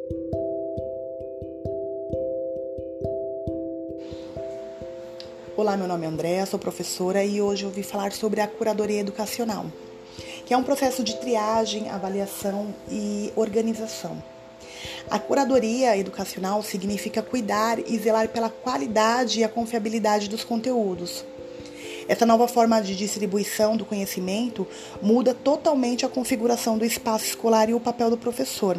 Olá, meu nome é Andréa, sou professora e hoje eu vim falar sobre a curadoria educacional, que é um processo de triagem, avaliação e organização. A curadoria educacional significa cuidar e zelar pela qualidade e a confiabilidade dos conteúdos. Essa nova forma de distribuição do conhecimento muda totalmente a configuração do espaço escolar e o papel do professor.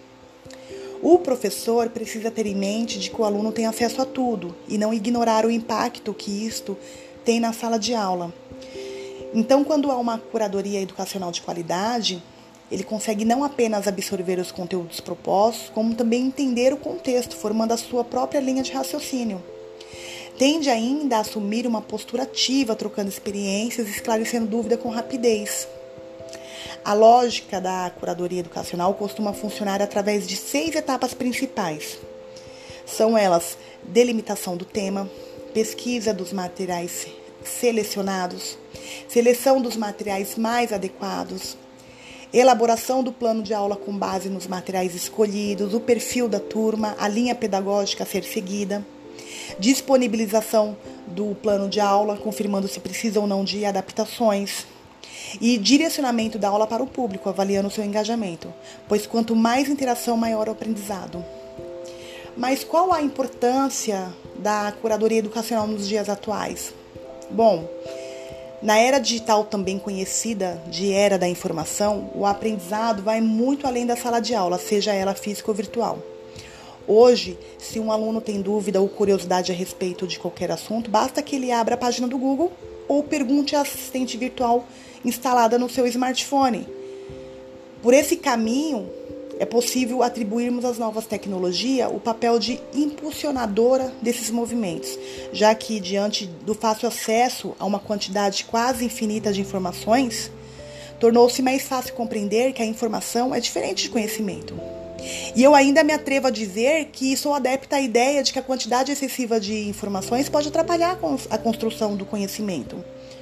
O professor precisa ter em mente de que o aluno tem acesso a tudo e não ignorar o impacto que isto tem na sala de aula. Então, quando há uma curadoria educacional de qualidade, ele consegue não apenas absorver os conteúdos propostos, como também entender o contexto, formando a sua própria linha de raciocínio. Tende ainda a assumir uma postura ativa, trocando experiências e esclarecendo dúvida com rapidez. A lógica da curadoria educacional costuma funcionar através de 6 etapas principais. São elas: delimitação do tema, pesquisa dos materiais selecionados, seleção dos materiais mais adequados, elaboração do plano de aula com base nos materiais escolhidos, o perfil da turma, a linha pedagógica a ser seguida, disponibilização do plano de aula, confirmando se precisa ou não de adaptações, e direcionamento da aula para o público, avaliando o seu engajamento, pois quanto mais interação, maior o aprendizado. Mas qual a importância da curadoria educacional nos dias atuais? Bom, na era digital, também conhecida de era da informação, o aprendizado vai muito além da sala de aula, seja ela física ou virtual. Hoje, se um aluno tem dúvida ou curiosidade a respeito de qualquer assunto, basta que ele abra a página do Google ou pergunte à assistente virtual instalada no seu smartphone. Por esse caminho, é possível atribuirmos às novas tecnologias o papel de impulsionadora desses movimentos, já que, diante do fácil acesso a uma quantidade quase infinita de informações, tornou-se mais fácil compreender que a informação é diferente de conhecimento. E eu ainda me atrevo a dizer que sou adepta à ideia de que a quantidade excessiva de informações pode atrapalhar a construção do conhecimento.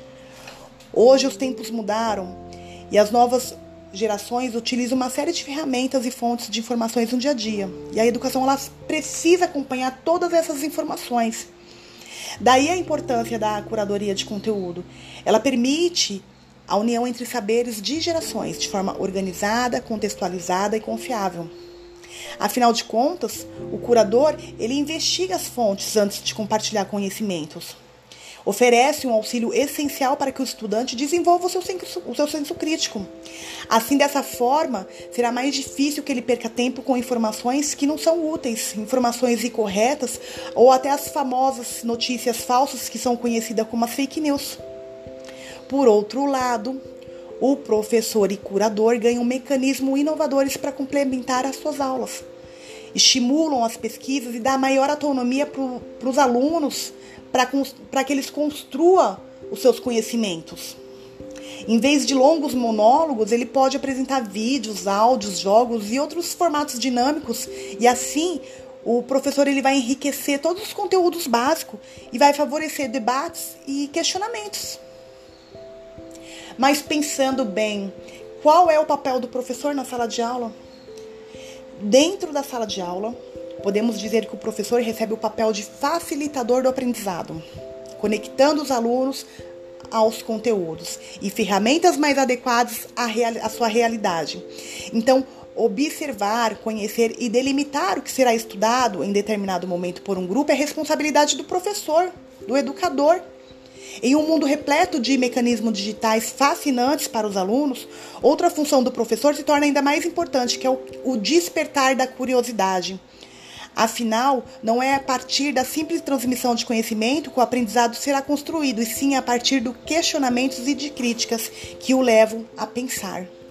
Hoje os tempos mudaram e as novas gerações utilizam uma série de ferramentas e fontes de informações no dia a dia. E a educação ela precisa acompanhar todas essas informações. Daí a importância da curadoria de conteúdo. Ela permite a união entre saberes de gerações de forma organizada, contextualizada e confiável. Afinal de contas, o curador ele investiga as fontes antes de compartilhar conhecimentos. Oferece um auxílio essencial para que o estudante desenvolva o seu senso crítico. Assim, dessa forma, será mais difícil que ele perca tempo com informações que não são úteis, informações incorretas ou até as famosas notícias falsas que são conhecidas como as fake news. Por outro lado, o professor e curador ganham mecanismos inovadores para complementar as suas aulas. Estimulam as pesquisas e dão maior autonomia para os alunos para que eles construam os seus conhecimentos. Em vez de longos monólogos, ele pode apresentar vídeos, áudios, jogos e outros formatos dinâmicos. E assim, o professor ele vai enriquecer todos os conteúdos básicos e vai favorecer debates e questionamentos. Mas pensando bem, qual é o papel do professor na sala de aula? Dentro da sala de aula, podemos dizer que o professor recebe o papel de facilitador do aprendizado, conectando os alunos aos conteúdos e ferramentas mais adequadas à sua realidade. Então, observar, conhecer e delimitar o que será estudado em determinado momento por um grupo é responsabilidade do professor, do educador. Em um mundo repleto de mecanismos digitais fascinantes para os alunos, outra função do professor se torna ainda mais importante, que é o despertar da curiosidade. Afinal, não é a partir da simples transmissão de conhecimento que o aprendizado será construído, e sim a partir de questionamentos e de críticas que o levam a pensar.